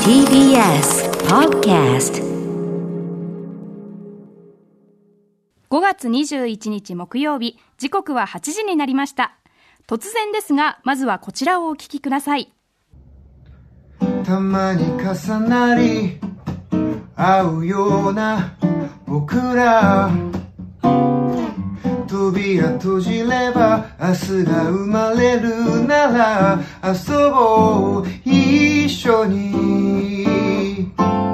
TBS Podcast 5月21日木曜日、時刻は8時になりました。突然ですが、まずはこちらをお聞きください。 たまに重なり合うような僕ら、扉閉じれば明日が生まれるなら遊ぼう一緒に、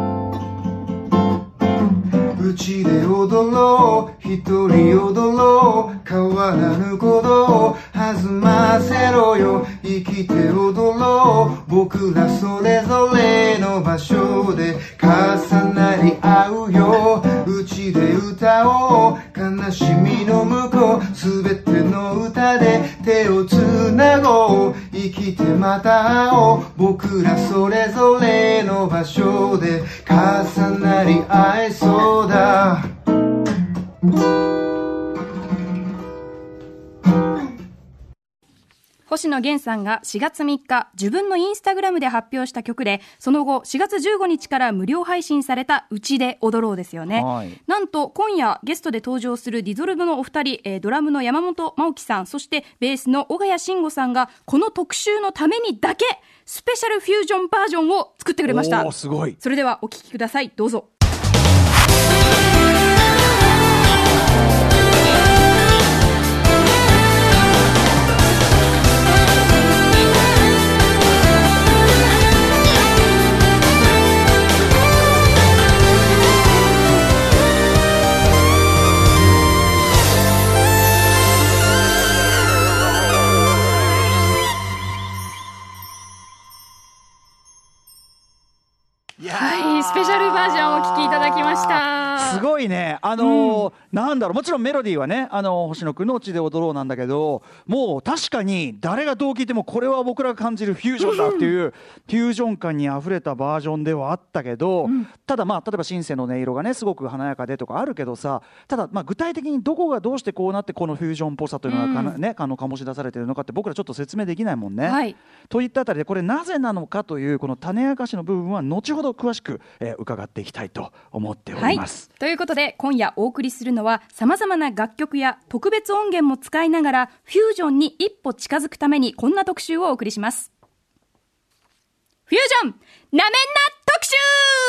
うちで踊ろう一人踊ろう、変わらぬことを弾ませろよ、生きて踊ろう、僕らそれぞれの場所で重なり合うよ、うちで歌おう悲しみの向こう、すべての歌で手をつなごう、生きてまた会おう、僕らそれぞれの場所で重なり合えそうだ。 星野源さんが4月3日自分のインスタグラムで発表した曲で、その後4月15日から無料配信されたうちで踊ろうですよね、はい、なんと今夜ゲストで登場するディゾルブのお二人、ドラムの山本真央さん、そしてベースの小谷慎吾さんがこの特集のためにだけスペシャルフュージョンバージョンを作ってくれました。 すごい。 それではお聴きください、どうぞ。はい、スペシャルバージョンをお聴きいただきました。 すごいね。なんだろう、もちろんメロディーはね、星野くんのうちで踊ろうなんだけど、もう確かに誰がどう聴いてもこれは僕らが感じるフュージョンだっていうフュージョン感にあふれたバージョンではあったけど、ただ例えばシンセの音色がねすごく華やかでとかあるけどさ、ただ具体的にどこがどうしてこうなってこのフュージョンっぽさというのが醸し出されているのかって僕らちょっと説明できないもんね、はい、といったあたりでこれなぜなのかというこの種明かしの部分は後ほど詳しく、伺っていきたいと思っております、 はい、ということで今夜お送りするのはさまざまな楽曲や特別音源も使いながらフュージョンに一歩近づくためにこんな特集をお送りします。フュージョンなめんな特集。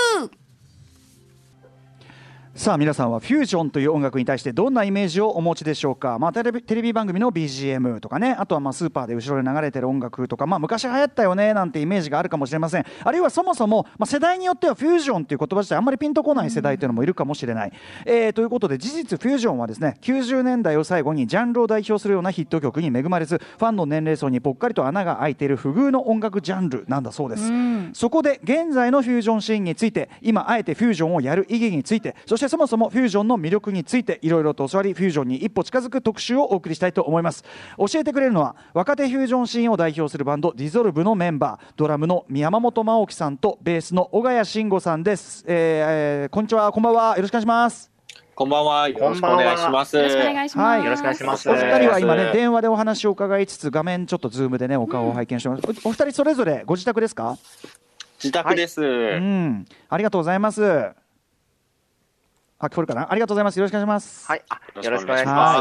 さあ皆さんはフュージョンという音楽に対してどんなイメージをお持ちでしょうか。テレビ番組の BGM とかね、あとはスーパーで後ろで流れてる音楽とか、昔流行ったよねなんてイメージがあるかもしれません。あるいはそもそも、世代によってはフュージョンという言葉自体あんまりピンとこない世代というのもいるかもしれない、ということで事実フュージョンはですね、90年代を最後にジャンルを代表するようなヒット曲に恵まれず、ファンの年齢層にぽっかりと穴が開いている不遇の音楽ジャンルなんだそうです。そこで現在のフュージョンシーンについて、今あえてフュージョンをやる意義について、そしてそもそもフュージョンの魅力についていろいろと教わり、フュージョンに一歩近づく特集をお送りしたいと思います。教えてくれるのは若手フュージョンシーンを代表するバンドディゾルブのメンバー、ドラムの山本真央さんとベースの小谷慎吾さんです。こんにちは、こんばんは、よろしくお願いします。 こんばんは、よろしくお願いします。 よろしくお願いします。 よろしくお願いします。 お二人は今ね電話でお話を伺いつつ、画面ちょっとズームでねお顔を拝見してます、お二人それぞれご自宅ですか？ 自宅です、 ありがとうございます。聞こえるかな。ありがとうございます。よろしくお願いします。 はい、よろしくお願いします。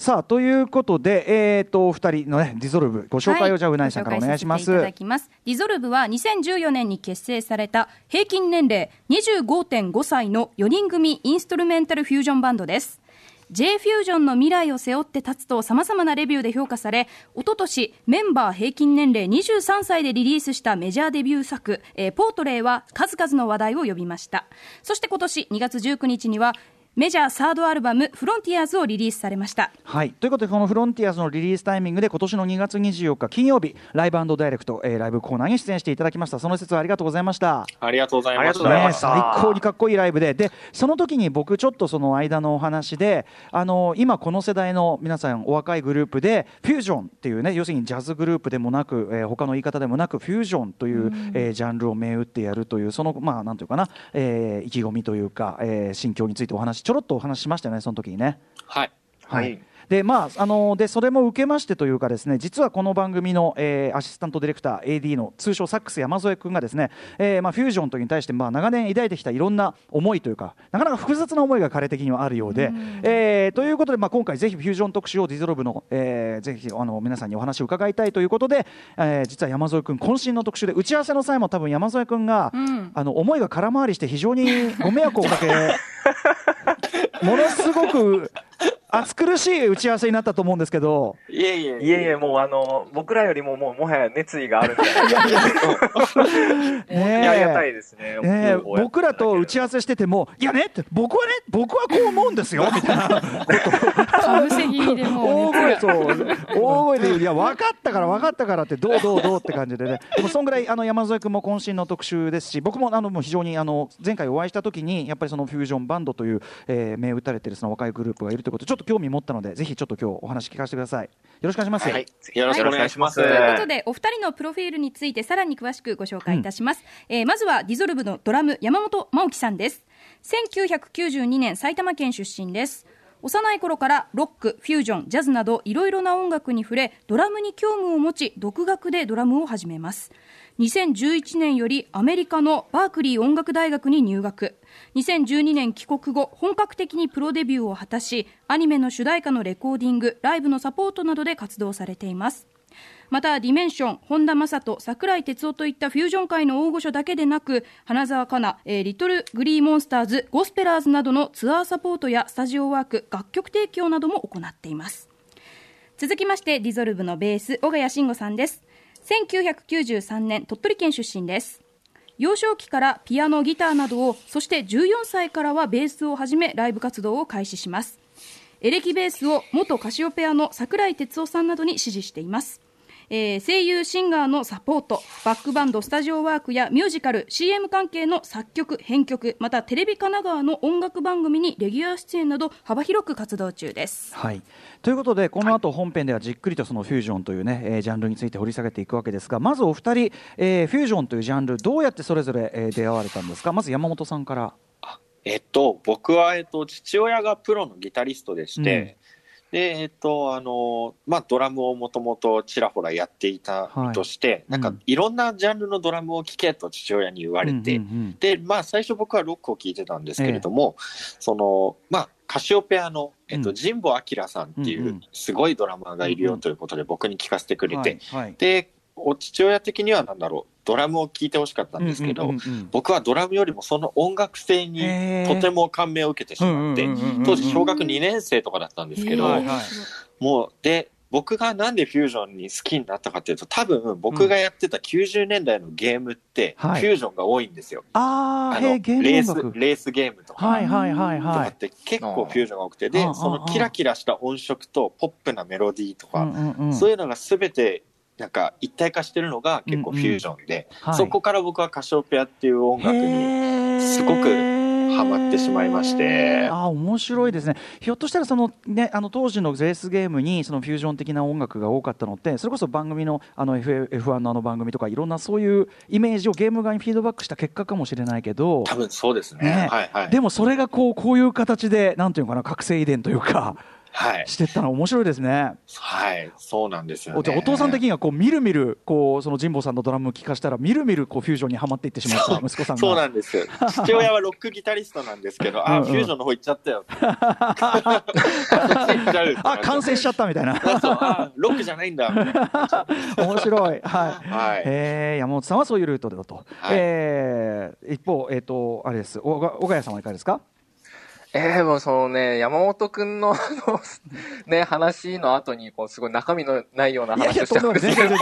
さあということで、お二人のねディゾルブご紹介をじゃあうなえさんからお願いします。 ディゾルブは2014年に結成された平均年齢 25.5 歳の4人組インストルメンタルフュージョンバンドです。J フュージョンの未来を背負って立つと様々なレビューで評価され、一昨年メンバー平均年齢23歳でリリースしたメジャーデビュー作、ポートレーは数々の話題を呼びました。そして今年2月19日にはメジャーサードアルバムフロンティアーズをリリースされました。 はい、ということでこのフロンティアーズのリリースタイミングで今年の2月24日金曜日ライブ&ダイレクト、ライブコーナーに出演していただきました。その説はありがとうございました。 ありがとうございました、 最高にかっこいいライブでその時に僕ちょっとその間のお話で今この世代の皆さんお若いグループでフュージョンっていうね、要するにジャズグループでもなく、他の言い方でもなくフュージョンという、ジャンルを銘打ってやるというそのなんていうかな、意気込みというか、心境についてちょろっとお話ししましたよね、その時にね。 はい、 ででそれも受けましてというかですね、実はこの番組の、アシスタントディレクター AD の通称サックス山添君がですね、フュージョンというに対して長年抱いてきたいろんな思いというか、なかなか複雑な思いが彼的にはあるようで、ということで、今回ぜひフュージョン特集をディゾルブの、ぜひ皆さんにお話を伺いたいということで、実は山添君渾身の特集で、打ち合わせの際も多分山添君が、思いが空回りして非常にご迷惑をおかけものすごく暑苦しい打ち合わせになったと思うんですけど。 いえ、もう僕らよりももはや熱意があるんじゃないかありがたいですね。 僕らと打ち合わせしてても、いやねって、僕はこう思うんですよみたいなかぶせ気味でもう大声で、いや分かったからってどうって感じでね。でもそんぐらい山添君も渾身の特集ですし、僕ももう非常に前回お会いした時にやっぱりそのフュージョンバンドという銘打たれているその若いグループがいるということでちょっと興味持ったので、ぜひちょっと今日お話聞かせてください。よろしくお願いします。 はい、よろしくお願いします。 ということでお二人のプロフィールについてさらに詳しくご紹介いたします。まずはディゾルブのドラム山本真樹さんです。1992年埼玉県出身です。幼い頃からロック、フュージョン、ジャズなどいろいろな音楽に触れ、ドラムに興味を持ち独学でドラムを始めます。2011年よりアメリカのバークリー音楽大学に入学。2012年帰国後、本格的にプロデビューを果たし、アニメの主題歌のレコーディング、ライブのサポートなどで活動されています。またディメンション、本田正人、桜井哲夫といったフュージョン界の大御所だけでなく、花澤香菜、リトルグリーモンスターズ、ゴスペラーズなどのツアーサポートやスタジオワーク、楽曲提供なども行っています。続きましてディゾルブのベース、小谷慎吾さんです。1993年鳥取県出身です。幼少期からピアノ、ギターなどを、そして14歳からはベースを始めライブ活動を開始します。エレキベースを元カシオペアの桜井哲夫さんなどに指示しています。声優シンガーのサポート、バックバンド、スタジオワークやミュージカル CM 関係の作曲編曲、またテレビ神奈川の音楽番組にレギュラー出演など幅広く活動中です。 はい、ということでこの後本編ではじっくりとそのフュージョンというね、ジャンルについて掘り下げていくわけですが、まずお二人、フュージョンというジャンルどうやってそれぞれ、出会われたんですか。まず山本さんから。 僕は、父親がプロのギタリストでして、でドラムをもともとちらほらやっていた身として、なんかいろんなジャンルのドラムを聴けと父親に言われて、で最初僕はロックを聴いてたんですけれども、カシオペアの、神保明さんっていうすごいドラマーがいるよということで僕に聞かせてくれて、で父親的にはドラムを聴いてほしかったんですけど、僕はドラムよりもその音楽性にとても感銘を受けてしまって、当時小学2年生とかだったんですけど、もうで僕がなんでフュージョンに好きになったかというと、多分僕がやってた90年代のゲームってフュージョンが多いんですよ。レースゲームとかって結構フュージョンが多くて、でそのキラキラした音色とポップなメロディーとか、そういうのが全てなんか一体化してるのが結構フュージョンで、そこから僕はカシオペアっていう音楽にすごくハマってしまいまして。 面白いですね。ひょっとしたら当時のレースゲームにそのフュージョン的な音楽が多かったのって、それこそ番組のF1 の番組とかいろんなそういうイメージをゲーム側にフィードバックした結果かもしれないけど、 多分そうですね。 でもそれがこういう形でなんていうのかな、覚醒遺伝というかしてったの面白いですね。 はい、そうなんですよね。 じゃあお父さん的にはみるみるその神保さんのドラムを聴かしたらみるみるフュージョンにはまっていってしまった息子さんが。 そうなんですよ。父親はロックギタリストなんですけど、フュージョンの方行っちゃったよ完成しちゃったみたいなロックじゃないんだみたいな面白い。山本さんはそういうルートでだと。一方あれです、小谷さんはいかがですか。 もうそのね、山本くんのね、話の後にすごい中身のないような話をしたんですけど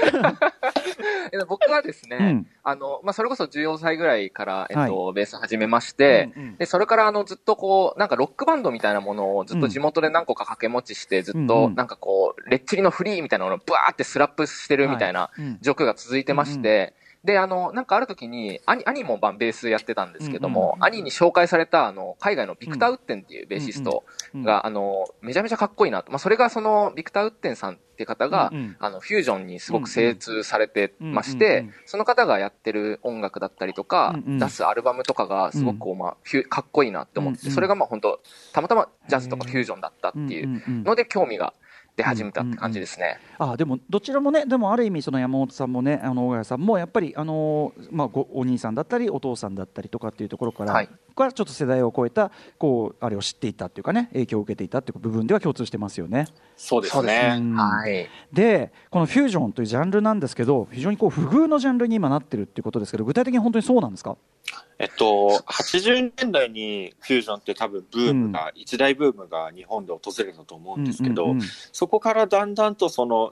僕はですね、それこそ14歳ぐらいから、ベース始めまして、でそれからずっとなんかロックバンドみたいなものをずっと地元で何個か掛け持ちして、ずっとなんかレッチリのフリーみたいなのをブワーってスラップしてるみたいな状況が続いてまして、 で、なんかある時に、兄もベースやってたんですけども、兄に紹介された、海外のビクター・ウッテンっていうベーシストが、めちゃめちゃかっこいいなと。まあ、それがビクター・ウッテンさんっていう方が、フュージョンにすごく精通されてまして、その方がやってる音楽だったりとか、出すアルバムとかがすごくかっこいいなって思って、それが本当たまたまジャズとかフュージョンだったっていうので興味が出始めたって感じですね。 でもどちらもね、でもある意味山本さんもね、大谷さんもやっぱりお兄さんだったりお父さんだったりとかっていうところから、ちょっと世代を超えたあれを知っていたっていうかね、影響を受けていたっていう部分では共通してますよね。 そうですね。 はい。 でこのフュージョンというジャンルなんですけど、非常に不遇のジャンルに今なってるっていうことですけど、具体的に本当にそうなんですか ？80年代にフュージョンって多分一大ブームが日本で訪れたと思うんですけど、そこからだんだんと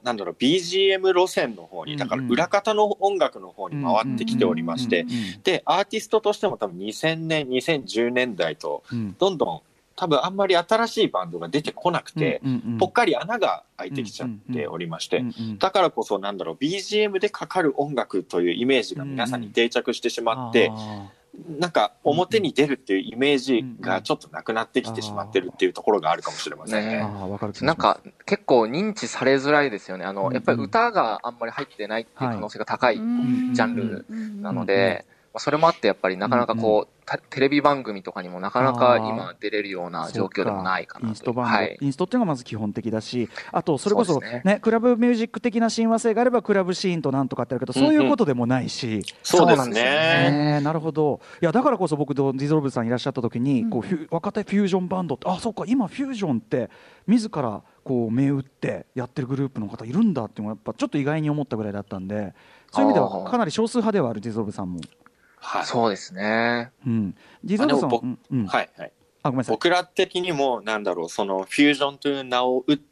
BGM 路線の方に、だから裏方の音楽の方に回ってきておりまして、でアーティストとしても多分2000年2010年代とどんどん多分あんまり新しいバンドが出てこなくて、ぽっかり穴が開いてきちゃっておりまして、だからこそBGM でかかる音楽というイメージが皆さんに定着してしまって、なんか表に出るっていうイメージがちょっとなくなってきてしまってるっていうところがあるかもしれませんね。 なんか結構認知されづらいですよね。やっぱり歌があんまり入ってないっていう可能性が高いジャンルなので、それもあってやっぱりなかなかテレビ番組とかにもなかなか今出れるような状況でもないかなと。インストっていうのがまず基本的だし、あとそれこそね、クラブミュージック的な親和性があればクラブシーンとなんとかってあるけど、そういうことでもないし、 そうですね。 なるほど。いやだからこそ僕とディゾルブさんいらっしゃった時に、若手フュージョンバンドって、そうか今フュージョンって自ら銘打ってやってるグループの方いるんだっていうのがやっぱちょっと意外に思ったぐらいだったんで、そういう意味ではかなり少数派ではあるディゾルブさんも。 そうですね。 ディゾルブさん、 僕ら的にもそのフュージョンという名を打って、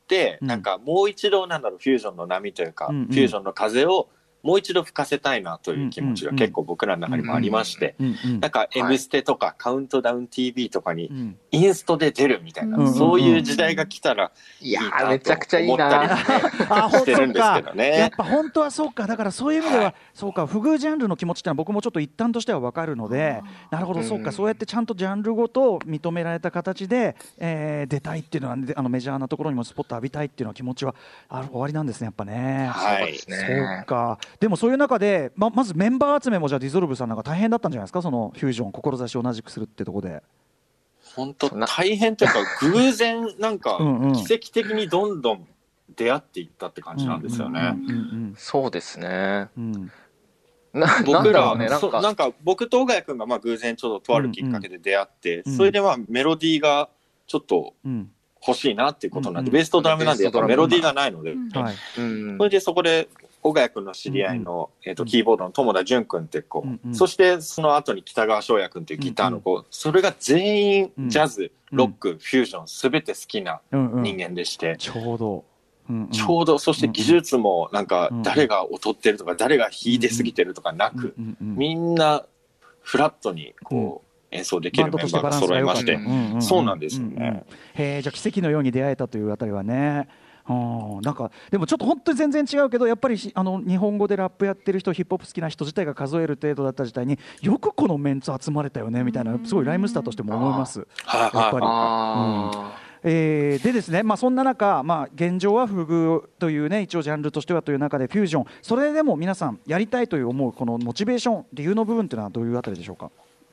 なんかもう一度フュージョンの波というか、フュージョンの風をもう一度吹かせたいなという気持ちが結構僕らの中にもありまして、なんか M ステとかカウントダウン TV とかにインストで出るみたいな、そういう時代が来たらいいなと思ったりしてるんですけどね。 やっぱ本当はそうか。だからそういう意味では、そうか、不遇ジャンルの気持ちってのは僕もちょっと一端としては分かるので、なるほど、そうか、そうやってちゃんとジャンルごと認められた形で、出たいっていうのはメジャーなところにもスポット浴びたいっていうのは気持ちは終わりなんですね、やっぱね。そうか。でもそういう中で、まずメンバー集めもじゃあディゾルブさんなんか大変だったんじゃないですか、そのフュージョン志を同じくするってところで。 本当大変というか偶然なんか奇跡的にどんどん出会っていったって感じなんですよね。 そうですね。 僕らなんか僕と小谷君が偶然ちょっととあるきっかけで出会って、それでメロディーがちょっと欲しいなっていうことなんで、ベースとドラムなんでやっぱメロディーがないので、それでそこで小谷君の知り合いのキーボードの友田純君って子、そしてその後に北川翔也君っていうギターの子、それが全員ジャズ、ロック、フュージョンすべて好きな人間でして、 ちょうどそして技術もなんか誰が劣ってるとか誰が弾いてすぎてるとかなく、みんなフラットに演奏できるメンバーが揃いまして、そうなんですよね。 じゃあ奇跡のように出会えたというあたりはね。なんかでもちょっと本当に全然違うけど、やっぱり日本語でラップやってる人、ヒップホップ好きな人自体が数える程度だった時代によくこのメンツ集まれたよねみたいな、すごいライムスターとしても思います、やっぱり。でですね、そんな中、現状は不遇というね、一応ジャンルとしてはという中でフュージョン、それでも皆さんやりたいという思うこのモチベーション、理由の部分というのはどういうあたりでしょうか？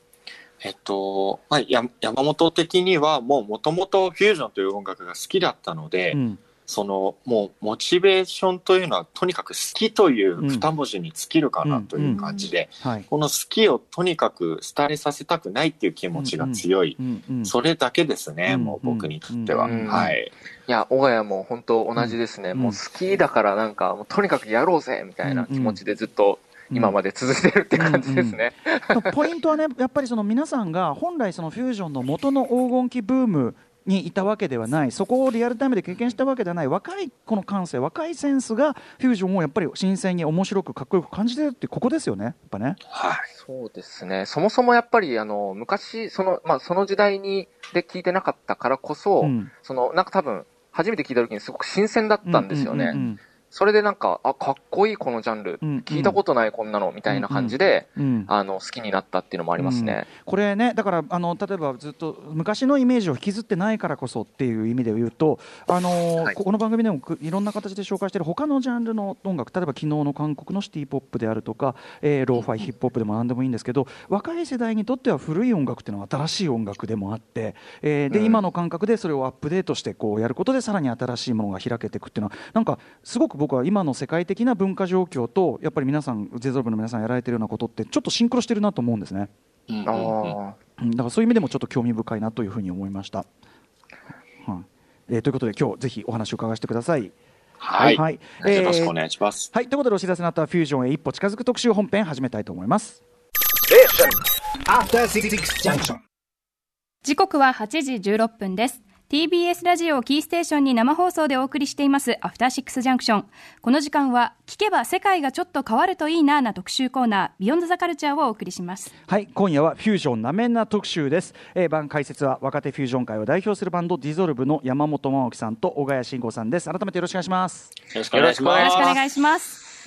山本的にはもともとフュージョンという音楽が好きだったので、もうモチベーションというのはとにかく好きという二文字に尽きるかなという感じで、この好きをとにかく廃れさせたくないっていう気持ちが強い、それだけですね、もう僕にとっては。 いや、小谷も本当同じですね。もう好きだからなんかもうとにかくやろうぜみたいな気持ちでずっと今まで続いてるって感じですね。 ポイントはね、やっぱり皆さんが本来そのフュージョンの元の黄金期ブームにいたわけではない、そこをリアルタイムで経験したわけではない、若いこの感性、若いセンスがフュージョンをやっぱり新鮮に面白くかっこよく感じてるってここですよね、やっぱね。 そうですね。そもそもやっぱり昔その時代で聞いてなかったからこそ、なんか多分初めて聞いた時にすごく新鮮だったんですよね。 それでなんか、かっこいいこのジャンル、聞いたことないこんなのみたいな感じで、好きになったっていうのもありますね。 これね、だから例えばずっと昔のイメージを引きずってないからこそっていう意味で言うと、この番組でもいろんな形で紹介している他のジャンルの音楽、例えば昨日の韓国のシティポップであるとか、ローファイヒップホップでも何でもいいんですけど、若い世代にとっては古い音楽っていうのは新しい音楽でもあって、で今の感覚でそれをアップデートしてこうやることでさらに新しいものが開けていくっていうのは、なんかすごく僕は今の世界的な文化状況とやっぱり皆さんゼゾルブの皆さんやられているようなことってちょっとシンクロしてるなと思うんですね。だからそういう意味でもちょっと興味深いなというふうに思いました。ということで今日ぜひお話を伺わせてください。 はい、よろしくお願いします。 はい、ということでお知らせの後はフュージョンへ一歩近づく特集本編始めたいと思います。 時刻は8時16分です。TBS ラジオをキーステーションに生放送でお送りしていますアフターシックスジャンクション。この時間は聞けば世界がちょっと変わるといいなな特集コーナービヨンドザカルチャーをお送りします。 はい、今夜はフュージョンなめんな特集です。番解説は若手フュージョン界を代表するバンドディゾルブの山本直樹さんと小賀谷慎吾さんです。改めてよろしくお願いします。 よろしくお願いします。 よろしくお願いします。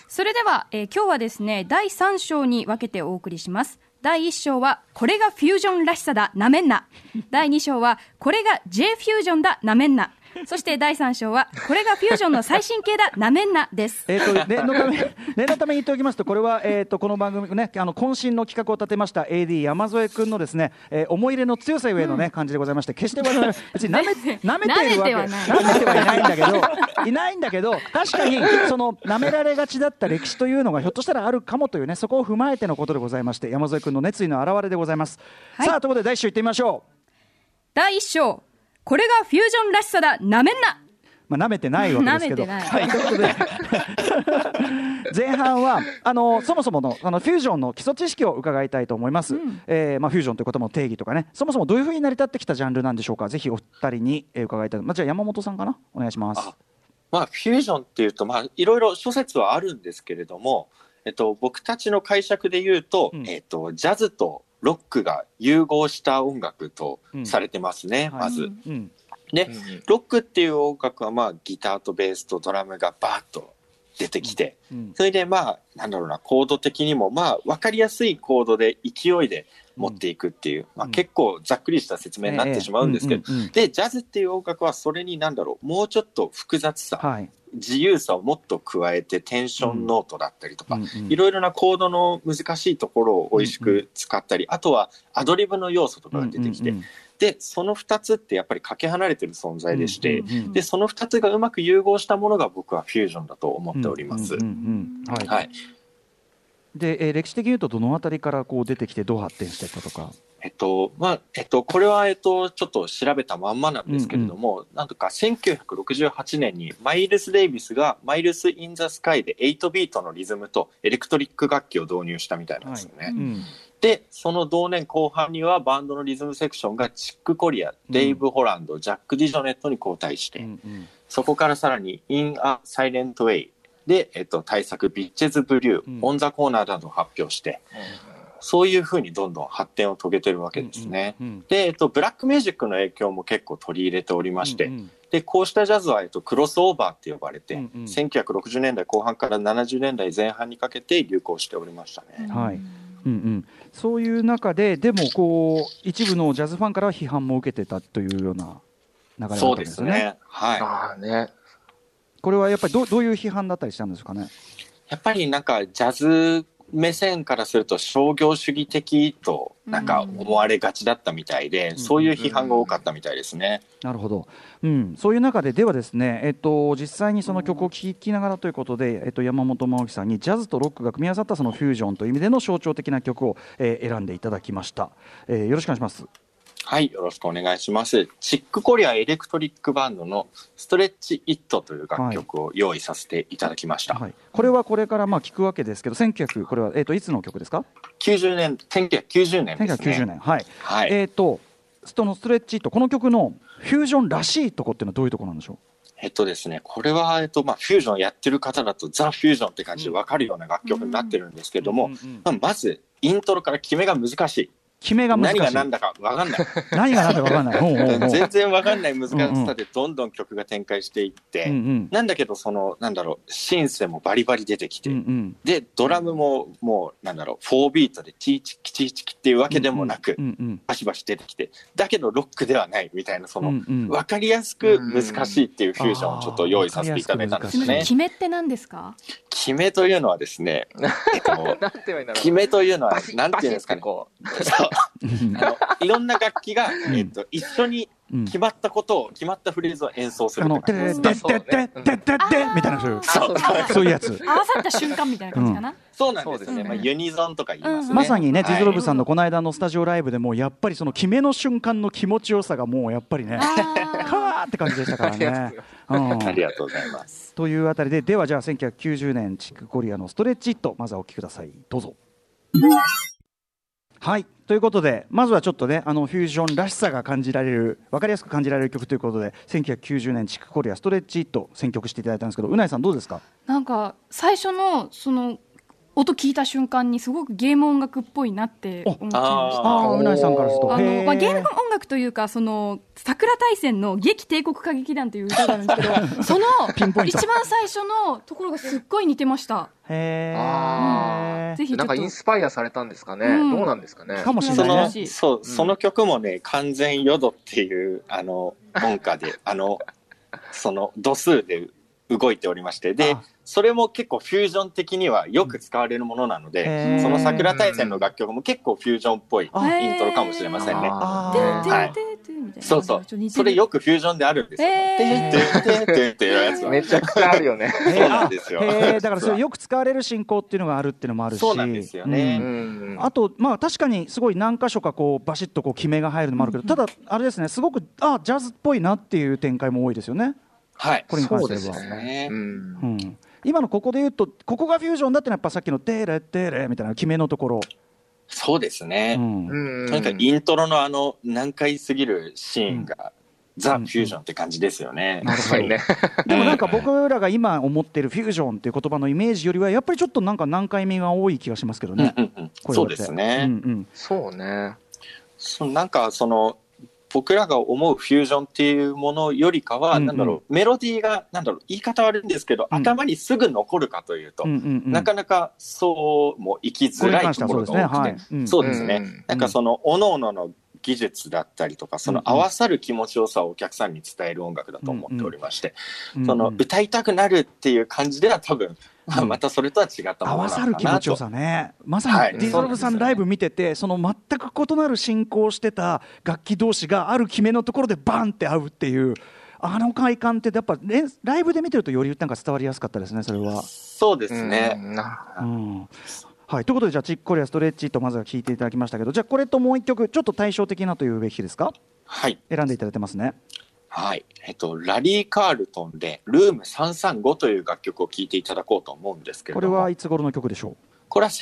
それでは、今日はですね第3章に分けてお送りします。第1章はこれがフュージョンらしさだなめんな。第2章はこれが J フュージョンだなめんな。そして第3章はこれがフュージョンの最新形だなめんなです。 念のために言っておきますと、これは、この番組ね渾身の企画を立てました AD 山添君のですね、思い入れの強さゆえのね、感じでございまして、決して我々別になめているわけなめてはいないんだけど確かにそのなめられがちだった歴史というのがひょっとしたらあるかもというね、そこを踏まえてのことでございまして、山添君の熱意の表れでございます。 はい、 さあということで第1章いってみましょう。 第1章これがフュージョンらしさだなめんな。 舐めてないわけですけど、はい、ということで前半はそもそものフュージョンの基礎知識を伺いたいと思います。フュージョンということの定義とかね、そもそもどういうふうに成り立ってきたジャンルなんでしょうか。ぜひお二人に伺いたい。じゃあ山本さんかな、お願いします。 フュージョンっていうと、いろいろ諸説はあるんですけれども、僕たちの解釈で言うと、ジャズとロックが融合した音楽とされてますね、まず。で、ロックっていう音楽はギターとベースとドラムがバーッと出てきて、それでなんだろうな、コード的にも分かりやすいコードで勢いで持っていくっていう、結構ざっくりした説明になってしまうんですけど、でジャズっていう音楽はそれにもうちょっと複雑さ、自由さをもっと加えてテンションノートだったりとか、いろいろなコードの難しいところを美味しく使ったり、あとはアドリブの要素とかが出てきて、でその2つってやっぱりかけ離れてる存在でして、でその2つがうまく融合したものが僕はフュージョンだと思っております。 で、歴史的に言うとどのあたりからこう出てきてどう発展していったとか。 これは、ちょっと調べたまんまなんですけれども、なんとか1968年にマイルス・デイビスがマイルス・イン・ザ・スカイで8ビートのリズムとエレクトリック楽器を導入したみたいなんですよね。でその同年後半にはバンドのリズムセクションがチック・コリア、デイブ・ホランド、ジャック・ディジョネットに交代して、そこからさらに In a Silent Way で、大作ビッチェズ・ブリュー、オン・ザ・コーナーなどを発表して、そういうふうにどんどん発展を遂げてるわけですね。で、ブラックミュージックの影響も結構取り入れておりまして、でこうしたジャズは、クロスオーバーって呼ばれて、1960年代後半から70年代前半にかけて流行しておりましたね。 そういう中ででもこう一部のジャズファンからは批判も受けてたというような流れだったんですね。 そうですね。 これはやっぱりどういう批判だったりしたんですかね。 やっぱりジャズ目線からすると商業主義的と思われがちだったみたいで、そういう批判が多かったみたいですね。 なるほど、そういう中ではですね、実際にその曲を聴きながらということで、山本直樹さんにジャズとロックが組み合わさったそのフュージョンという意味での象徴的な曲を、選んでいただきました。よろしくお願いします。 はい、よろしくお願いします。チックコリアエレクトリックバンドのストレッチイットという楽曲を用意させていただきました。 これはこれから聴くわけですけど、これは、いつの曲ですか ？1990年ですね。 1990年。そのストレッチイット、この曲のフュージョンらしいところっていうのはどういうところなんでしょう？ ですね、これは、フュージョンやってる方だとザ・フュージョンって感じで分かるような楽曲になってるんですけども、まずイントロから決めが難しい。 決めが難しい。 何が何だか分かんない。 何が何だか分かんない。 全然分かんない難しさでどんどん曲が展開していって、なんだけどなんだろう、シンセもバリバリ出てきて、でドラムももうなんだろう、4ビートでチーチキチーチキっていうわけでもなく、バシバシ出てきて、だけどロックではないみたいな、分かりやすく難しいっていうフュージョンをちょっと用意させていただいたんですね。 決めって何ですか？ 決めというのはですね、決めというのはなんていうんですかね、いろんな楽器が、一緒に決まったことを、決まったフレーズを演奏するって感じです。 みたいな、そういうやつ。 合わさった瞬間みたいな感じかな。 そうなんですね。ユニゾンとか言いますね。 まさにね、ジズロブさんのこの間のスタジオライブでも、やっぱりその決めの瞬間の気持ちよさがもうやっぱりね、カーって感じでしたからね。 ありがとうございます。 というあたりで、ではじゃあ1990年チックコリアのストレッチイット、まずはお聴きください。どうぞ。はい、ということで、まずはちょっとね、フュージョンらしさが感じられる、分かりやすく感じられる曲ということで、1990年チックコリアストレッチイット選曲していただいたんですけど、うないさんどうですか？ なんか最初のその音聞いた瞬間にすごくゲーム音楽っぽいなって思っちゃいました。 うないさんからすると、 ゲーム音楽というか、その桜大戦の劇帝国歌劇団という歌があるんですけど、その一番最初のところがすっごい似てました。 ぜひなんかインスパイアされたんですかね。どうなんですかね。 かもしれないね。 その曲もね、完全ヨドっていう音歌でその度数で動いておりまして、でそれも結構フュージョン的にはよく使われるものなので、その桜大戦の楽曲も結構フュージョンっぽいイントロかもしれませんね。そうそう、それよくフュージョンであるんですよ。っていうやつはめちゃくちゃあるよね。 そうなんですよ。 だからそれよく使われる進行っていうのがあるっていうのもあるし、 そうなんですよね。 あとまあ確かにすごい何箇所かこうバシッとこう決めが入るのもあるけど、ただあれですね、すごくジャズっぽいなっていう展開も多いですよね。 はい、 これに関しては。 そうですね。 今のここで言うと、ここがフュージョンだってのはやっぱさっきのテレテレみたいな決めのところ。 そうですね。とにかくイントロの難解すぎるシーンが、ザ・フュージョンって感じですよね。 なるほどね。でもなんか僕らが今思ってるフュージョンっていう言葉のイメージよりはやっぱりちょっとなんか難解味が多い気がしますけどね。 そうですね。 そうね。 なんか僕らが思うフュージョンっていうものよりかは、なんだろう、メロディーが、なんだろう、言い方悪いんですけど、頭にすぐ残るかというと、なかなかそうもいきづらいところが多くて、そうですね。なんか各々の技術だったりとか、その合わさる気持ちよさをお客さんに伝える音楽だと思っておりまして、歌いたくなるっていう感じでは多分、またそれとは違ったものなのかなと。合わさる気持ちよさね。まさにディゾルブさんライブ見てて、その全く異なる進行してた楽器同士がある決めのところでバンって合うっていう快感ってやっぱライブで見てるとよりなんか伝わりやすかったですね、それは。そうですね。はい、ということでじゃあチックコリアストレッチとまずは聴いていただきましたけど、じゃあこれともう一曲ちょっと対照的なというべきですか？はい。選んでいただいてますね。はい、ラリー・カールトンでルーム335という楽曲を聴いていただこうと思うんですけれども、これはいつ頃の曲でしょう？これは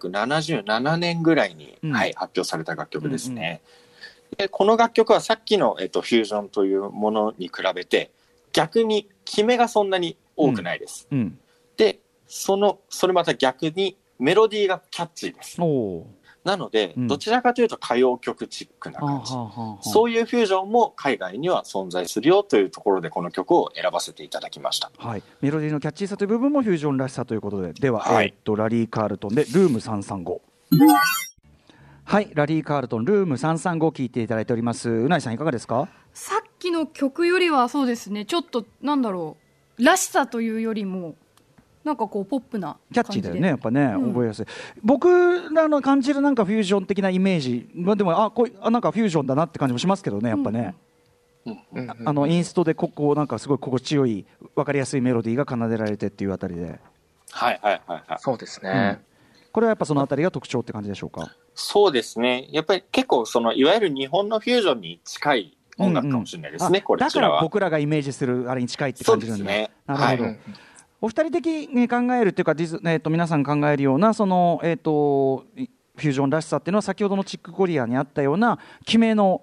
1977年ぐらいに、発表された楽曲ですね。でこの楽曲はさっきの、フュージョンというものに比べて逆に決めがそんなに多くないです。でそれまた逆にメロディーがキャッチーです。なので、どちらかというと歌謡曲チックな感じ、そういうフュージョンも海外には存在するよというところでこの曲を選ばせていただきました。はい、メロディーのキャッチーさという部分もフュージョンらしさということで、では、ラリー・カールトンでルーム335。はい、ラリー・カールトンルーム335聴いていただいております。うないさんいかがですか？さっきの曲よりはそうですね、ちょっとなんだろう、らしさというよりもなんかこうポップなキャッチーだよね、やっぱね、覚えやすい。僕らの感じるなんかフュージョン的なイメージ、でもなんかフュージョンだなって感じもしますけどね、やっぱね。インストでここなんかすごい心地よい分かりやすいメロディーが奏でられてっていうあたりで、そうですね。これはやっぱそのあたりが特徴って感じでしょうか？そうですね。やっぱり結構いわゆる日本のフュージョンに近い音楽かもしれないですね。これだから僕らがイメージするあれに近いって感じるんだ。そうですね。なるほど。お二人的に考えるというか、皆さん考えるようなフュージョンらしさっていうのは先ほどのチックコリアにあったような決めの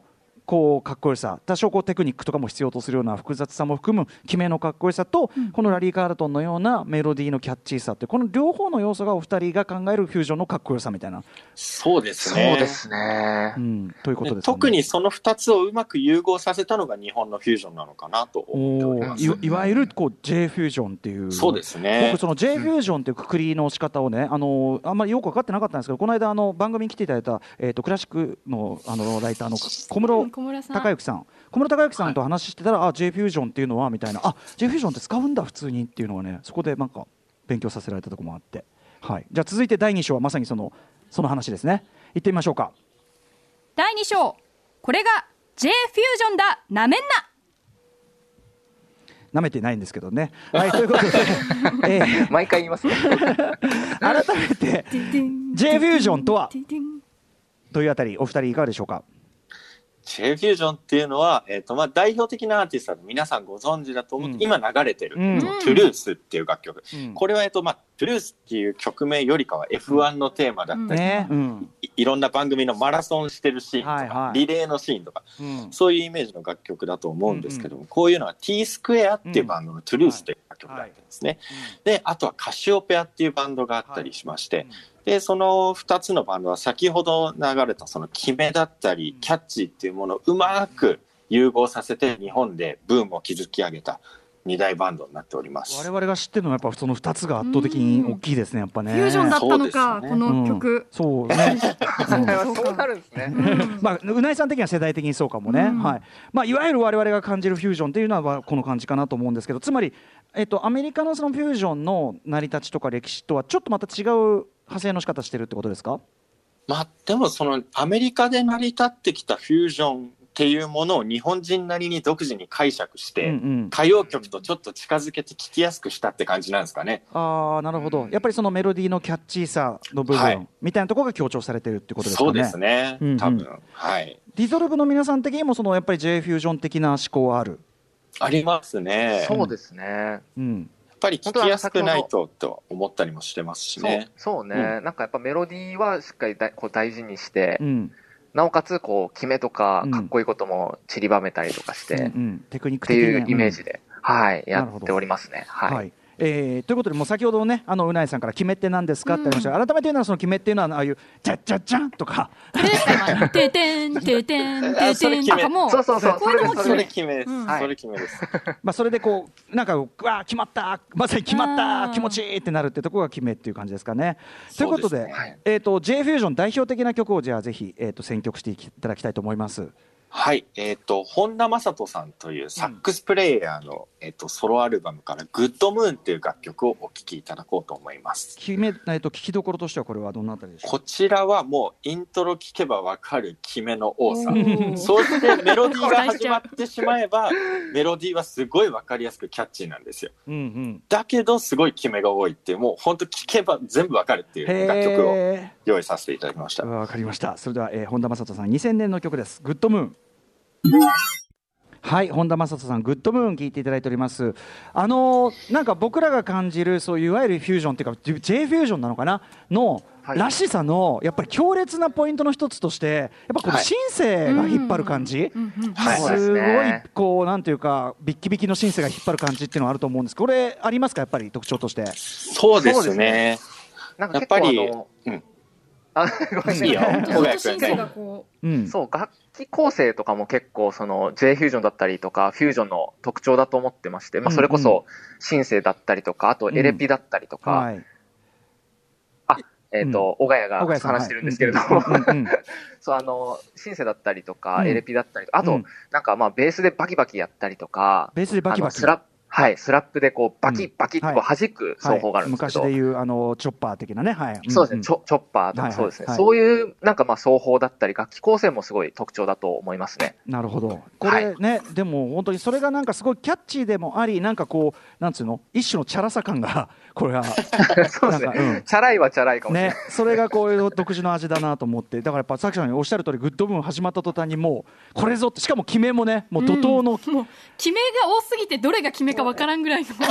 こうかっこよさ、多少こうテクニックとかも必要とするような複雑さも含む決めのかっこよさと、このラリー・カールトンのようなメロディーのキャッチーさって、この両方の要素がお二人が考えるフュージョンのかっこよさみたいな。 そうですね。 そうですね。 ということですね。 特にその2つをうまく融合させたのが日本のフュージョンなのかなと思っております。 いわゆるこう J フュージョンっていう。 そうですね。 僕その J フュージョンっていうくくりの仕方をね、あんまりよく分かってなかったんですけど、この間番組に来ていただいた、クラシックのライターの小室孝之さん、と話してたら、J フュージョンっていうのはみたいな、J フュージョンって使うんだ普通にっていうのはね、そこでなんか勉強させられたところもあって、はい、じゃあ続いて第2章はまさにその話ですね。行ってみましょうか。 第2章、これが J フュージョンだ、なめんな。 なめてないんですけどね。はい、ということで、 毎回言いますね。 改めて J フュージョンとはというあたり、お二人いかがでしょうか。 J フュージョンっていうのは、代表的なアーティストは皆さんご存知だと思って、今流れてる、トゥルースっていう楽曲。これは、トゥルースっていう曲名よりかは F1 のテーマだったりとか、いろんな番組のマラソンしてるシーンとか、リレーのシーンとか、そういうイメージの楽曲だと思うんですけども、こういうのは T スクエアっていうバンドのトゥルースっていう楽曲だったんですね。で、あとはカシオペアっていうバンドがあったりしまして、でその2つのバンドは先ほど流れたその決めだったりキャッチっていうものをうまく融合させて日本でブームを築き上げた2大バンドになっております。 我々が知ってるのはやっぱその2つが圧倒的に大きいですね、やっぱね。 フュージョンだったのか、この曲。 そうね。 そうなるんですね。 うないさん的には世代的にそうかもね。はい。いわゆる我々が感じるフュージョンっていうのはこの感じかなと思うんですけど、つまりアメリカのそのフュージョンの成り立ちとか歴史とはちょっとまた違う派生の仕方してるってことですか。 でもそのアメリカで成り立ってきたフュージョンっていうものを日本人なりに独自に解釈して、歌謡曲とちょっと近づけて聴きやすくしたって感じなんですかね。 なるほど。やっぱりそのメロディーのキャッチーさの部分、みたいなところが強調されてるってことですかね。 そうですね、多分。はい。 ディゾルブの皆さん的にもそのやっぱり J フュージョン的な思考はありますね。 そうですね。 やっぱり聴きやすくないと思ったりもしてますしね。 そうね。なんかやっぱメロディーはしっかりこう大事にして、なおかつこう決めとかかっこいいことも散りばめたりとかして、 テクニックっていうイメージで、やっておりますね。はい。 ということで、もう先ほどね、うないさんから決めって何ですかってありましたが、改めて言うのはその決めっていうのはああいうじゃっじゃっじゃんとか、 ててんててんててんとかも、 そうこういうのもそれ決めです。それ決めです。 それでこうなんか決まった、まさに決まった気持ちいいってなるってところが決めっていう感じですかね。ということで、J フュージョン代表的な曲をじゃあぜひ選曲していただきたいと思います。 はい、本田正人さんというサックスプレイヤーの、ソロアルバムからグッドムーンという楽曲をお聴きいただこうと思います。 聴きどころとしてはこれはどんなあたりでしょうか。 こちらはもうイントロ聴けばわかる決めの多さ。そしてメロディーが始まってしまえばメロディーはすごいわかりやすくキャッチーなんですよ。だけどすごい決めが多いっていう、もう本当聴けば全部わかるっていう楽曲を用意させていただきました。 わかりました。それでは、本田正人さん2000年の曲です。グッドムーン。はい、本田正人さんグッドムーン聞いていただいております。なんか僕らが感じるそういういわゆるフュージョンっていうか J フュージョンなのかなの、らしさのやっぱり強烈なポイントの一つとしてやっぱこのシンセが引っ張る感じ、すごいこうなんていうかビッキビキのシンセが引っ張る感じっていうのはあると思うんですけど、これありますか、やっぱり特徴として。 そうですね。 なんか結構ごめんなさい。いいよ。 そう、楽器構成とかも結構その J フュージョンだったりとかフュージョンの特徴だと思ってまして、それこそシンセだったりとか、あとエレピだったりとか、小谷が話してるんですけれども、そうシンセだったりとかエレピだったりとか、あとなんかベースでバキバキやったりとか、 ベースでバキバキスラップでこうバキッバキッと弾く奏法があるんですけど、 昔でいうチョッパー的なね、 そうですね、チョッパーとかそうですね、そういうなんか奏法だったり楽器構成もすごい特徴だと思いますね。 なるほど。これね、でも本当にそれがなんかすごいキャッチーでもあり、なんかこうなんつうの、一種のチャラさ感がこれはそうですね、チャラいはチャラいかもしれない、 それがこういう独自の味だなと思って、だからやっぱさきさんにおっしゃる通りグッドムーン始まった途端にもうこれぞって、しかも決めもね、もう怒涛の、 もう決めが多すぎてどれが決めかかわからんぐらいので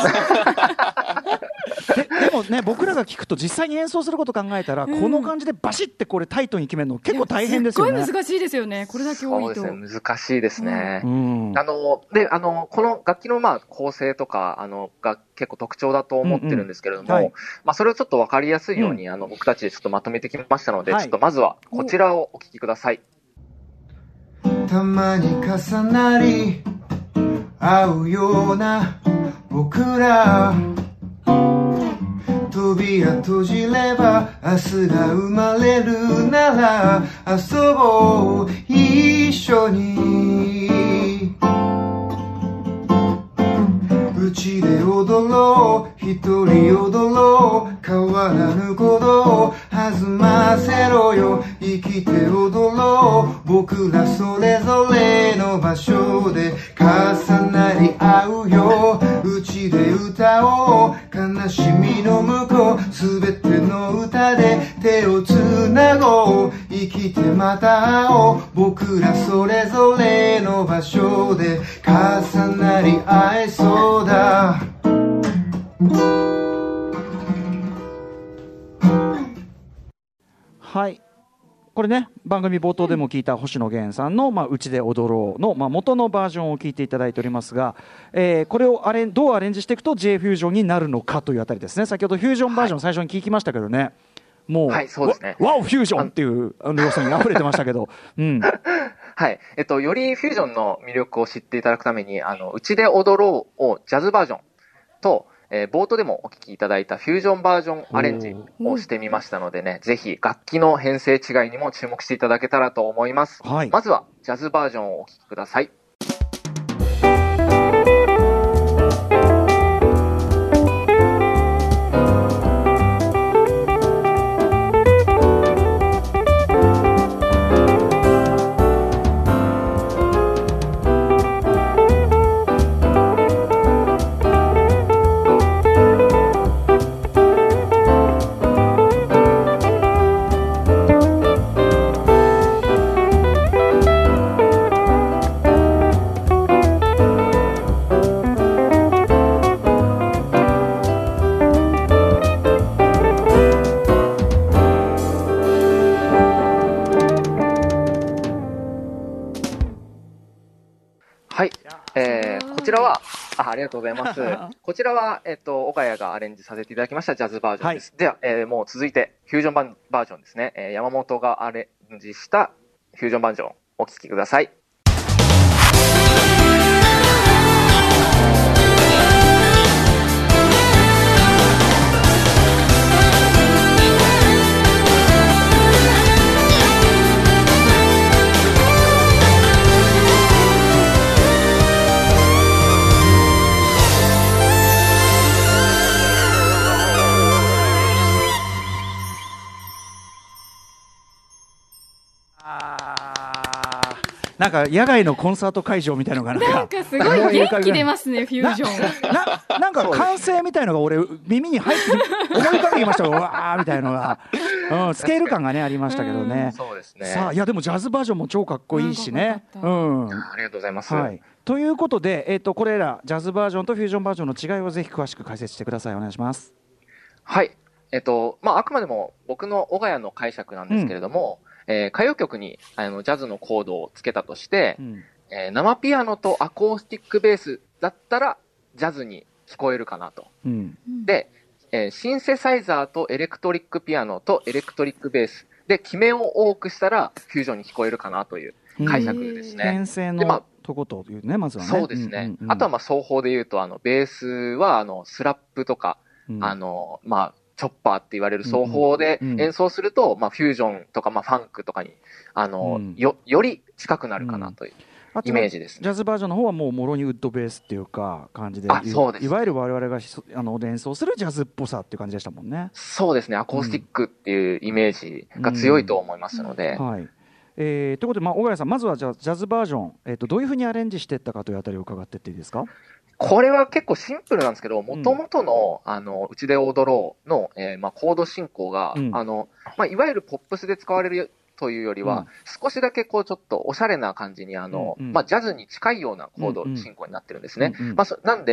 もね、僕らが聞くと実際に演奏すること考えたら、この感じでバシッてこれタイトに決めるの結構大変ですよね。 すごい難しいですよね、これだけ多いと。 そうですね、難しいですね。 うん、 この楽器の構成とかが結構特徴だと思ってるんですけれども、 はい、 それをちょっと分かりやすいように、僕たちでちょっとまとめてきましたので、ちょっとまずはこちらをお聴きください。 たまに重なり合うような僕ら、扉閉じれば明日が生まれるなら遊ぼう一緒に、うちで踊ろう一人踊ろう変わらぬことを弾ませろよ、生きて踊ろう僕らそれぞれの場所で重なり合うよ、うちで歌おう悲しみの向こうすべての歌で手をつなごう、生きてまた会おう僕らそれぞれの場所で重なり合えそうだ。 はい、これね、番組冒頭でも聞いた星野源さんの「うちで踊ろう」の元のバージョンを聞いていただいておりますが、これをどうアレンジしていくと J フュージョンになるのかというあたりですね。先ほどフュージョンバージョン最初に聞きましたけどね、もう、 はい、そうですね、 ワオフュージョンっていう要素に溢れてましたけど、うん、 はい、よりフュージョンの魅力を知っていただくためにうちで踊ろうをジャズバージョンと、冒頭でもお聞きいただいたフュージョンバージョンアレンジをしてみましたのでね、ぜひ楽器の編成違いにも注目していただけたらと思います。 はい、 まずはジャズバージョンをお聞きください。はい、こちらはありがとうございます。こちらは、岡谷がアレンジさせていただきましたジャズバージョンです。はい、では、もう続いてフュージョンバージョンですね、山本がアレンジしたフュージョンバージョンお聴きください。 なんか野外のコンサート会場みたいのがなんかすごい元気出ますね、フュージョン。 なんか歓声みたいのが俺耳に入って思い浮かべてきましたよ。わーみたいのが、スケール感がねありましたけどね。 そうですね。 さあ、いやでもジャズバージョンも超かっこいいしね。 ありがとうございます。 はい、ということで、これらジャズバージョンとフュージョンバージョンの違いをぜひ詳しく解説してください。お願いします。 はい、あくまでも僕の小谷の解釈なんですけれども、歌謡曲にジャズのコードをつけたとして、生ピアノとアコースティックベースだったらジャズに聞こえるかなと。で、シンセサイザーとエレクトリックピアノとエレクトリックベースで決めを多くしたらフュージョンに聞こえるかなという解釈ですね。 編成のとこというね、まずはね。 そうですね。あとは奏法で言うとベースはスラップとか、チョッパーって言われる奏法で演奏すると、フュージョンとか、ファンクとかにより近くなるかなというイメージですね。 ジャズバージョンの方はもうもろにウッドベースっていうか感じで、 そうです。 いわゆる我々が演奏するジャズっぽさっていう感じでしたもんね。 そうですね。アコースティックっていうイメージが強いと思いますので。 はい。ということで、小谷さん、まずはじゃあジャズバージョン、どういうふうにアレンジしていったかというあたりを伺っていっていいですか。 これは結構シンプルなんですけど、もともとの、うちで踊ろうの、コード進行が、いわゆるポップスで使われるというよりは、少しだけこうちょっとおしゃれな感じに、ジャズに近いようなコード進行になってるんですね。なんで、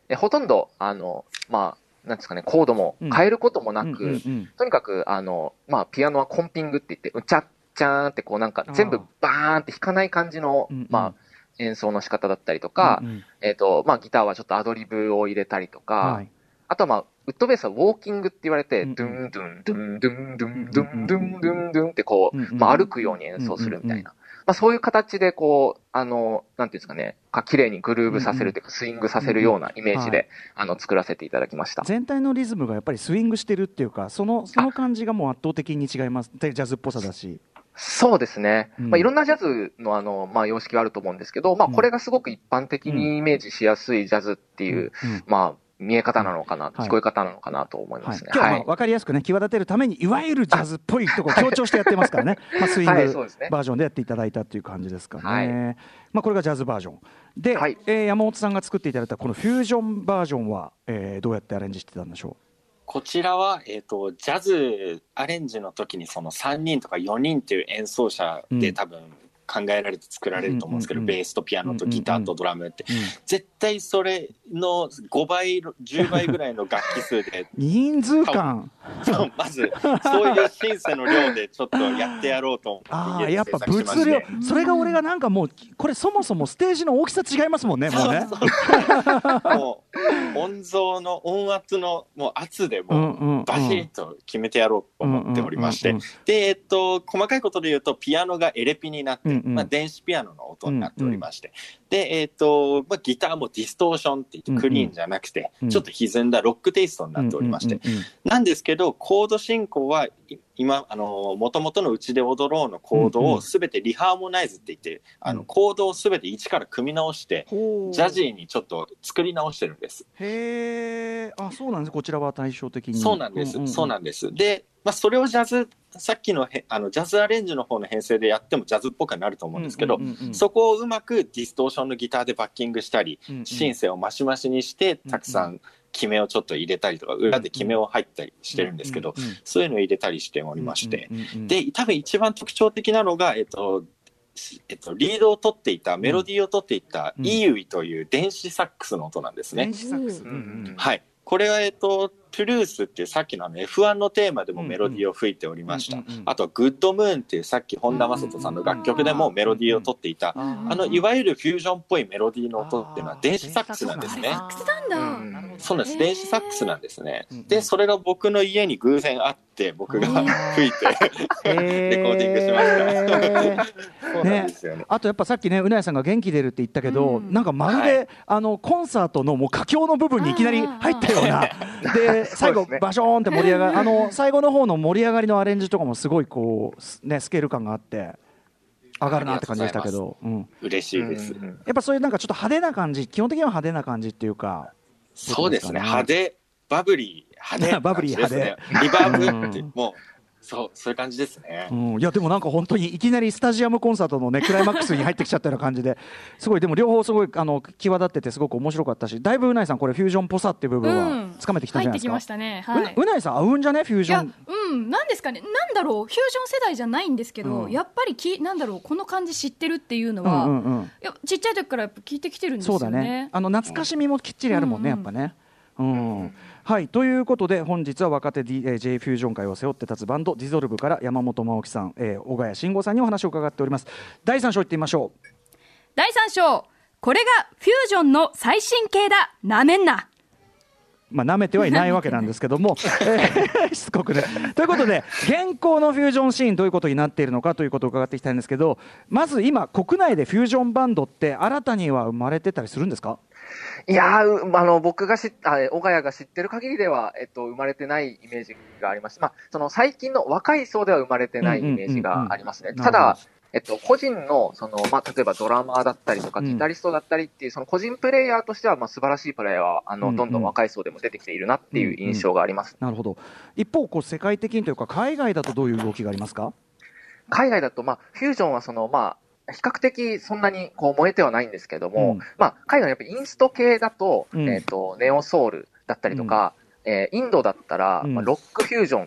ほとんど、まあ、なんですかね、コードも変えることもなく、とにかく、まあ、ピアノはコンピングって言って、うちゃっちゃーんってこうなんか全部バーンって弾かない感じの、まあ、演奏の仕方だったりとか、まあ、ギターはちょっとアドリブを入れたりとか、あとはまあ、ウッドベースはウォーキングって言われて、ドゥンドゥンドゥンドゥンドゥンドゥンドゥンドゥンドゥンってこう、まあ、歩くように演奏するみたいな。まあ、そういう形でこう、なんていうんですかね、綺麗にグルーブさせるというか、スイングさせるようなイメージで、作らせていただきました。 全体のリズムがやっぱりスイングしてるっていうか、その感じがもう圧倒的に違います。ジャズっぽさだし。 そうですね。まあ、いろんなジャズのまあ、様式はあると思うんですけど、まあ、これがすごく一般的にイメージしやすいジャズっていう、まあ、見え方なのかな、聞こえ方なのかなと思いますね。 今日は分かりやすくね、際立てるために、いわゆるジャズっぽいところを強調してやってますからね。まあ、スイングバージョンでやっていただいたっていう感じですかね。まあ、これがジャズバージョン。で、山本さんが作っていただいたこのフュージョンバージョンは、どうやってアレンジしてたんでしょう？ こちらは、ジャズアレンジの時にその3人とか4人っていう演奏者で多分考えられて作られると思うんですけど、ベースとピアノとギターとドラムって、絶対それの5倍10倍ぐらいの楽器数で人数感まずそういうシンセの量でちょっとやってやろうと思ってやっぱ物量、それが俺がなんかもうこれそもそもステージの大きさ違いますもんね。もうねもう音像の音圧のもう圧でもうバシッと決めてやろうと思っておりまして、で細かいことで言うとピアノがエレピになって、まあ、電子ピアノの音になっておりまして、でまあ、ギターもディストーションって言ってクリーンじゃなくて、ちょっと歪んだロックテイストになっておりまして、なんですけどコード進行は今もともとのうちで踊ろうのコードをすべてリハーモナイズって言って、コードをすべて一から組み直してジャジーにちょっと作り直してるんです。 へー、そうなんです。こちらは対照的に。 そうなんです、そうなんです。で、まあ、それをジャズ、さっきのジャズアレンジの方の編成でやってもジャズっぽくなると思うんですけど、そこをうまくディストーションのギターでバッキングしたり、シンセをマシマシにしてたくさん決めをちょっと入れたりとか、裏で決めを入ったりしてるんですけど、そういうのを入れたりしておりまして、で多分一番特徴的なのがリードを取っていた、メロディーを取っていたイユイという電子サックスの音なんですね。 電子サックス、 はい。これはトゥルースっていうさっきのF1 のテーマでもメロディーを吹いておりました。あとはグッドムーンっていうさっき本田正人さんの楽曲でもメロディーを取っていた、いわゆるフュージョンっぽいメロディーの音っていうのは電子サックスなんですね。 サックスなんだ。 そうなんです。電子サックスなんですね。で、それが僕の家に偶然あって、僕が吹いてレコーディングしました。そうなんですよね。 あとやっぱさっきね、うなやさんが元気出るって言ったけど、なんかまるでコンサートのもう佳境の部分にいきなり入ったような。で最後バショーンって盛り上がる、最後の方の盛り上がりのアレンジとかもすごいこうね、スケール感があって上がるなって感じでしたけど、 嬉しいです。 やっぱそういうなんかちょっと派手な感じ、基本的には派手な感じっていうか。 そうですね、派手、バブリー派手、 バブリー派手、 リバーブってもうそういう感じですね。 いやでもなんか本当にいきなりスタジアムコンサートのねクライマックスに入ってきちゃったような感じで、すごいでも両方すごい際立っててすごく面白かったし、だいぶうないさんこれフュージョンっぽさっていう部分はつかめてきたんじゃないですか。 入ってきましたね。はい。 うないさん合うんじゃね、フュージョン。 いや、なんですかね、なんだろう、フュージョン世代じゃないんですけど、やっぱりなんだろう、この感じ知ってるっていうのは、いやちっちゃい時からやっぱ聞いてきてるんですよね。 そうだね。懐かしみもきっちりあるもんね、やっぱね。はい、ということで本日は若手 J フュージョン界を背負って立つバンドディゾルブから山本直樹さん、小谷慎吾さんにお話を伺っております。第3章いってみましょう。 第3章、これがフュージョンの最新形だ、なめんな。 舐めてはいないわけなんですけどもしつこくね。ということで現行のフュージョンシーンどういうことになっているのかということを伺っていきたいんですけど、まず今国内でフュージョンバンドって新たには生まれてたりするんですか？ いや僕が小谷が知ってる限りでは、生まれてないイメージがありまして、その最近の若い層では生まれてないイメージがありますね。ただ個人の例えばドラマーだったりとかギタリストだったりっていうその個人プレイヤーとしては素晴らしいプレイヤーはどんどん若い層でも出てきているなっていう印象があります。 なるほど。一方世界的にというか海外だとどういう動きがありますか？ 海外だとフュージョンは比較的そんなに燃えてはないんですけども、海外のやっぱりインスト系だと、ネオソウルだったりとか、インドだったら、ロックフュージョン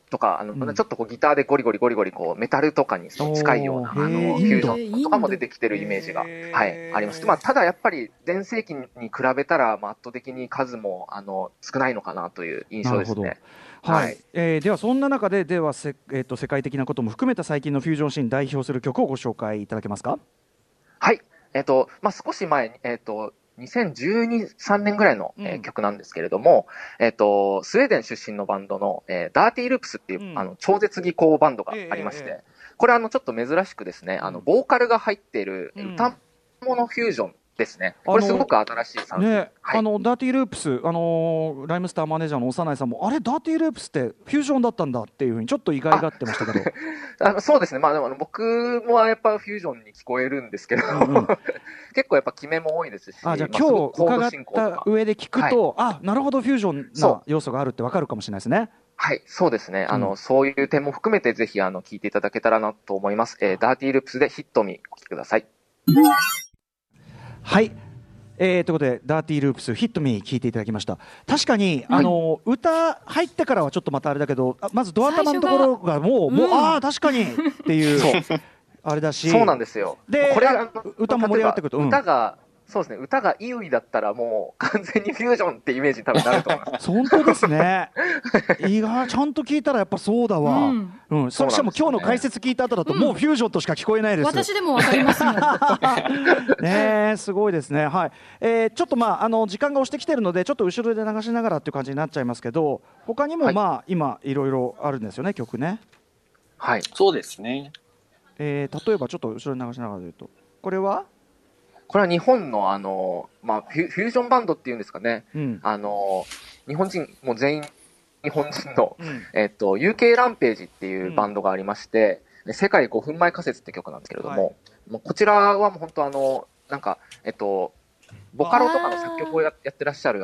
とか、ちょっとこうギターでゴリゴリゴリゴリこうメタルとかに近いような、フュージョンとかも出てきてるイメージが、はい、あります。まあ、ただやっぱり前世紀に比べたら、まあ、圧倒的に数も、少ないのかなという印象ですね。 はい。ではそんな中で、世界的なことも含めた最近のフュージョンシーン代表する曲をご紹介いただけますか？ はい。まあ、少し前に、2012、3年ぐらいの、曲なんですけれども、スウェーデン出身のバンドの、ダーティーループスっていう、超絶技巧バンドがありまして、これちょっと珍しくですね、ボーカルが入っている歌物フュージョンですね。これすごく新しいサウンド。 ね、はい、ダーティーループス、ライムスターマネージャーの長内さんも、あれ、ダーティーループスってフュージョンだったんだっていうふうに、ちょっと意外がってましたけど。 そうですね、まあ、でも僕もやっぱフュージョンに聞こえるんですけど、結構やっぱ決めも多いですし、 じゃあ今日伺った上で聞くと、はい、なるほど、フュージョンな要素があるって分かるかもしれないですね。はい、 そうですね。そういう点も含めて、ぜひ、聞いていただけたらなと思います。ダーティーループスでヒットミー、お聴きください。 はい。ということで、ダーティーループス、ヒットミー聞いていただきました。確かに、歌入ってからはちょっとまたあれだけど、まずドア玉のところがもう、確かにっていう、あれだし。 そうなんですよ。 で、これ歌も盛り上がってくると。 歌が、そうですね、歌がイウイだったらもう完全にフュージョンってイメージに多分なると思います。 本当ですね。意外、ちゃんと聞いたらやっぱそうだわ。しかも今日の解説聞いた後だともうフュージョンとしか聞こえないです。 私でもわかりますよ。 ね、すごいですね。はい。ちょっと時間が押してきてるので、ちょっと後ろで流しながらっていう感じになっちゃいますけど、他にも今いろいろあるんですよね、曲ね。 はい、そうですね。 例えばちょっと後ろに流しながら言うと、これは日本のまあ、フュージョンバンドっていうんですかね。日本人、もう全員日本人の、UK ランページっていうバンドがありまして、世界5分前仮説って曲なんですけれども、もうこちらはもう本当なんか、ボカロとかの作曲をやってらっしゃる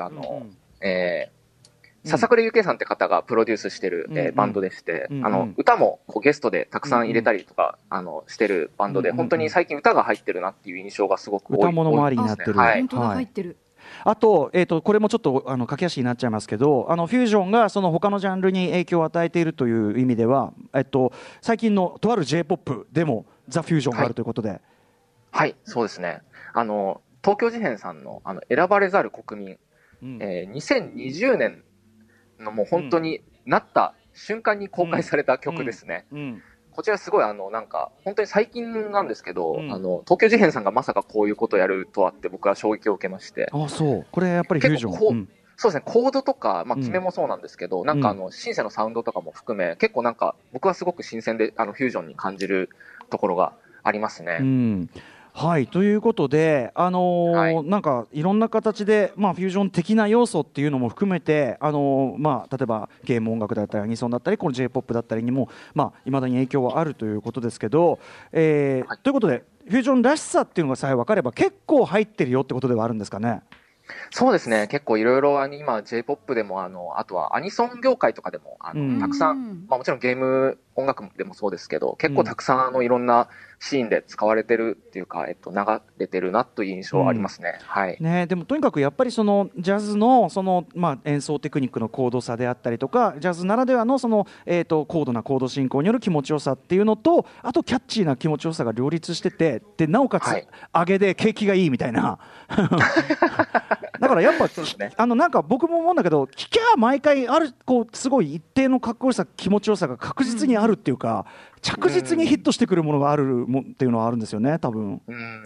笹倉ゆけいさんって方がプロデュースしてる、バンドでして、歌もこうゲストでたくさん入れたりとか、してるバンドで、本当に最近歌が入ってるなっていう印象がすごく多い。 歌物周りになってる。 本当だ、入ってる。 あと、これもちょっと駆け足になっちゃいますけど、フュージョンがその他のジャンルに影響を与えているという意味では、最近のとある J-POP でもザ・フュージョンがあるということで。 はい、そうですね。東京事変さんの選ばれざる国民、2020年のもう本当になった瞬間に公開された曲ですね。こちらすごいなんか本当に最近なんですけど、東京事変さんがまさかこういうことをやるとはって僕は衝撃を受けまして。 そう。これやっぱりフュージョン。 そうですね、コードとか、まあ、決めもそうなんですけど、なんかシンセのサウンドとかも含め、結構なんか僕はすごく新鮮でフュージョンに感じるところがありますね。 はい、ということで、なんかいろんな形で、フュージョン的な要素っていうのも含めて、例えばゲーム音楽だったりアニソンだったりこの J-POP だったりにもいまだに影響はあるということですけど、ということでフュージョンらしさっていうのがさえ分かれば結構入ってるよってことではあるんですかね。 そうですね、結構いろいろ今 J-POP でもあとはアニソン業界とかでもたくさん、もちろんゲーム音楽でもそうですけど、結構たくさんいろんなシーンで使われてるっていうか、流れてるなという印象はありますね。 でもとにかくやっぱりそのジャズの演奏テクニックの高度差であったりとか、ジャズならではの高度なコード進行による気持ちよさっていうのと、あとキャッチーな気持ちよさが両立してて、でなおかつ上げで景気がいいみたいな。だからやっぱ、なんか僕も思うんだけど、聞きゃ毎回あるすごい一定のかっこよさ気持ちよさが確実にあるっていうか、着実にヒットしてくるものがあるっていうのはあるんですよね、多分。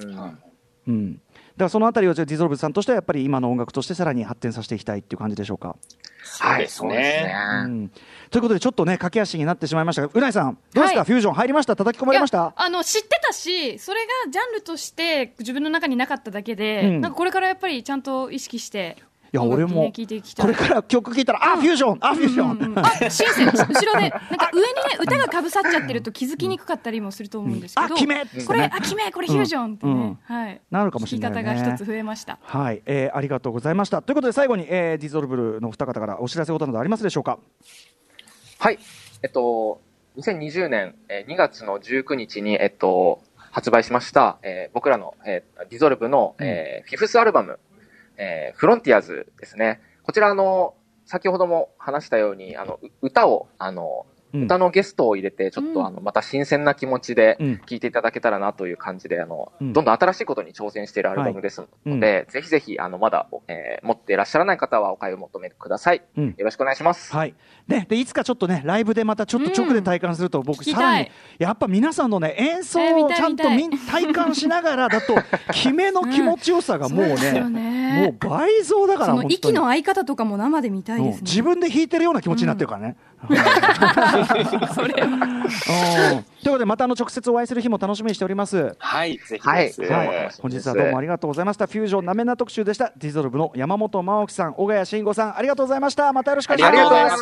だからそのあたりをディゾルブさんとしてはやっぱり今の音楽としてさらに発展させていきたいっていう感じでしょうか。 そうですね。 ということでちょっとね駆け足になってしまいましたが、うないさんどうですか、フュージョン入りました？叩き込まれました？ 知ってたし、それがジャンルとして自分の中になかっただけで、なんかこれからやっぱりちゃんと意識して。 いや俺もこれから曲聴いたらフュージョンフュージョンシンセ後ろでなんか上にね歌がかぶさっちゃってると気づきにくかったりもすると思うんですけど、 決めこれ決めこれフュージョンってね、 なるかもしれないね。 聞き方が一つ増えました。 はい、ありがとうございました。ということで最後にディゾルブルの二方からお知らせことなどありますでしょうか？ はい、2020年2月の19日に発売しました、僕らのディゾルブのフィフスアルバムフロンティアーズですね。こちら先ほども話したように歌を歌のゲストを入れて、ちょっとまた新鮮な気持ちで聴いていただけたらなという感じで、どんどん新しいことに挑戦しているアルバムですので、ぜひぜひ、まだ、持っていらっしゃらない方はお買い求めください。よろしくお願いします。 はい。ね、でいつかちょっとねライブでまたちょっと直で体感すると、僕さらにやっぱ皆さんのね演奏をちゃんと体感しながらだと決めの気持ちよさがもうねもう倍増だから、 その息の合い方とかも生で見たいですね。 自分で弾いてるような気持ちになってるからね。 それということでまた直接お会いする日も楽しみにしております。 はい、ぜひです。 本日はどうもありがとうございました。フュージョンなめな特集でした。ディゾルブの山本真央さん、小谷慎吾さん、ありがとうございました。またよろしくお願いします。 ありがとうございました。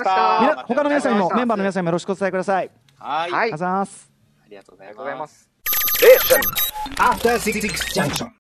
他の皆さんにもメンバーの皆さんにもよろしくお伝えください。 はい、 ありがとうございます。 ありがとうございます。 Station After 66 junction.